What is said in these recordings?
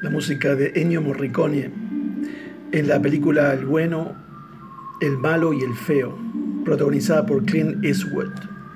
la música de Ennio Morricone en la película El bueno, el malo y el feo, protagonizada por Clint Eastwood.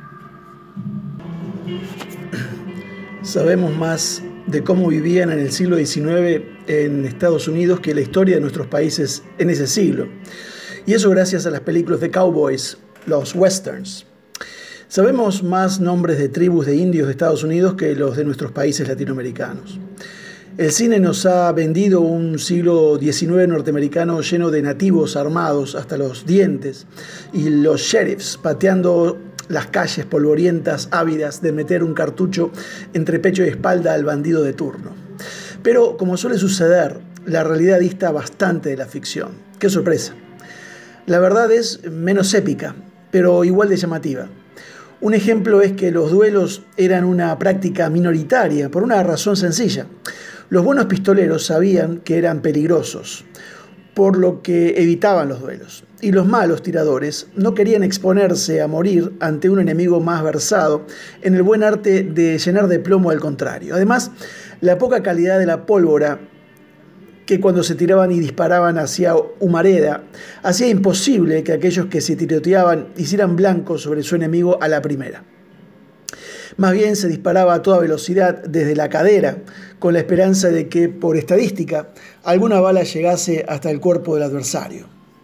Sabemos más de cómo vivían en el siglo XIX en Estados Unidos que la historia de nuestros países en ese siglo. Y eso gracias a las películas de cowboys, los westerns. Sabemos más nombres de tribus de indios de Estados Unidos que los de nuestros países latinoamericanos. El cine nos ha vendido un siglo XIX norteamericano lleno de nativos armados hasta los dientes y los sheriffs pateando las calles polvorientas ávidas de meter un cartucho entre pecho y espalda al bandido de turno. Pero, como suele suceder, la realidad dista bastante de la ficción. ¡Qué sorpresa! La verdad es menos épica, pero igual de llamativa. Un ejemplo es que los duelos eran una práctica minoritaria por una razón sencilla. Los buenos pistoleros sabían que eran peligrosos, por lo que evitaban los duelos. Y los malos tiradores no querían exponerse a morir ante un enemigo más versado en el buen arte de llenar de plomo al contrario. Además, la poca calidad de la pólvora que cuando se tiraban y disparaban hacia humareda hacía imposible que aquellos que se tiroteaban hicieran blanco sobre su enemigo a la primera. Más bien se disparaba a toda velocidad desde la cadera, con la esperanza de que, por estadística, alguna bala llegase hasta el cuerpo del adversario.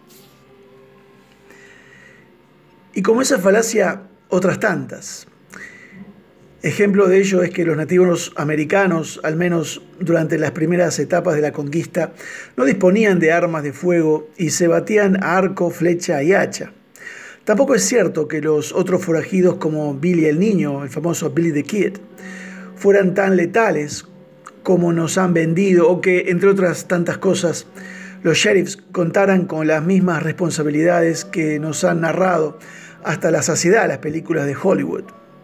Y como esa falacia, otras tantas. Ejemplo de ello es que los nativos americanos, al menos durante las primeras etapas de la conquista, no disponían de armas de fuego y se batían a arco, flecha y hacha. Tampoco es cierto que los otros forajidos como Billy el Niño, el famoso Billy the Kid, fueran tan letales como nos han vendido o que, entre otras tantas cosas, los sheriffs contaran con las mismas responsabilidades que nos han narrado hasta la saciedad las películas de Hollywood.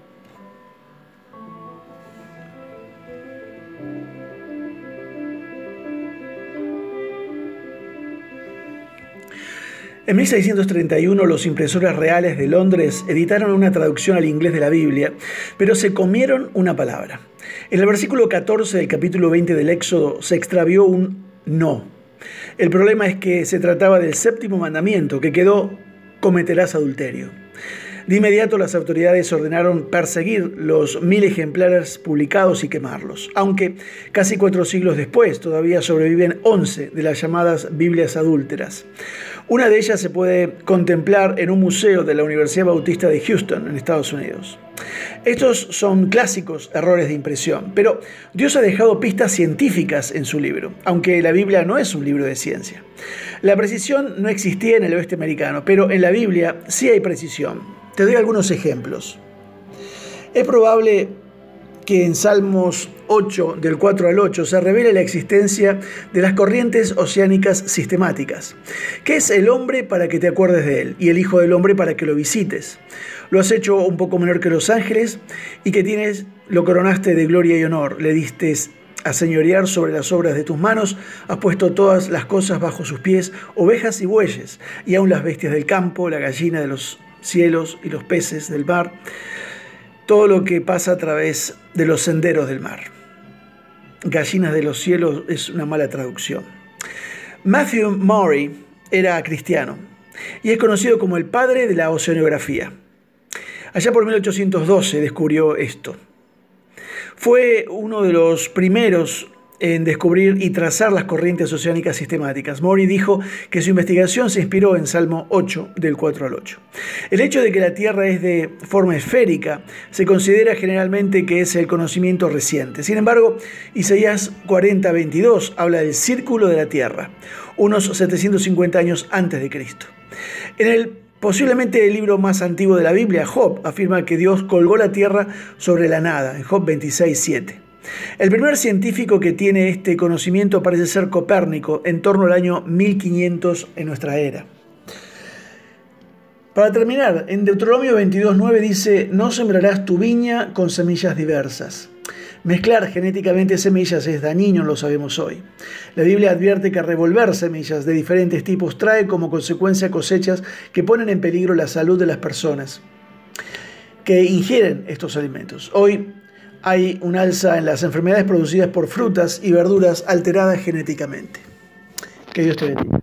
En 1631 los impresores reales de Londres editaron una traducción al inglés de la Biblia, pero se comieron una palabra. En el versículo 14 del capítulo 20 del Éxodo se extravió un no. El problema es que se trataba del séptimo mandamiento, que quedó: cometerás adulterio. De inmediato las autoridades ordenaron perseguir los 1000 ejemplares publicados y quemarlos, aunque casi 4 siglos después todavía sobreviven 11 de las llamadas Biblias adúlteras. Una de ellas se puede contemplar en un museo de la Universidad Bautista de Houston, en Estados Unidos. Estos son clásicos errores de impresión, pero Dios ha dejado pistas científicas en su libro, aunque la Biblia no es un libro de ciencia. La precisión no existía en el oeste americano, pero en la Biblia sí hay precisión. Te doy algunos ejemplos. Es probable que en Salmos 8, del 4 al 8, se revele la existencia de las corrientes oceánicas sistemáticas. ¿Qué es el hombre para que te acuerdes de él? Y el Hijo del Hombre para que lo visites. Lo has hecho un poco menor que los ángeles y que lo coronaste de gloria y honor. Le diste a señorear sobre las obras de tus manos, has puesto todas las cosas bajo sus pies, ovejas y bueyes, y aun las bestias del campo, la gallina de los cielos y los peces del mar, todo lo que pasa a través de los senderos del mar. Gallinas de los cielos es una mala traducción. Matthew Maury era cristiano y es conocido como el padre de la oceanografía. Allá por 1812 descubrió esto. Fue uno de los primeros en descubrir y trazar las corrientes oceánicas sistemáticas. Maury dijo que su investigación se inspiró en Salmo 8, del 4 al 8. El hecho de que la Tierra es de forma esférica se considera generalmente que es el conocimiento reciente. Sin embargo, Isaías 40, 22 habla del círculo de la Tierra, unos 750 años antes de Cristo. En el posiblemente el libro más antiguo de la Biblia, Job, afirma que Dios colgó la Tierra sobre la nada, en Job 26, 7. El primer científico que tiene este conocimiento parece ser Copérnico, en torno al año 1500 en nuestra era. Para terminar, en Deuteronomio 22:9 dice: no sembrarás tu viña con semillas diversas. Mezclar genéticamente semillas es dañino, lo sabemos hoy. La Biblia advierte que revolver semillas de diferentes tipos trae como consecuencia cosechas que ponen en peligro la salud de las personas que ingieren estos alimentos. Hoy hay un alza en las enfermedades producidas por frutas y verduras alteradas genéticamente. Que Dios te bendiga.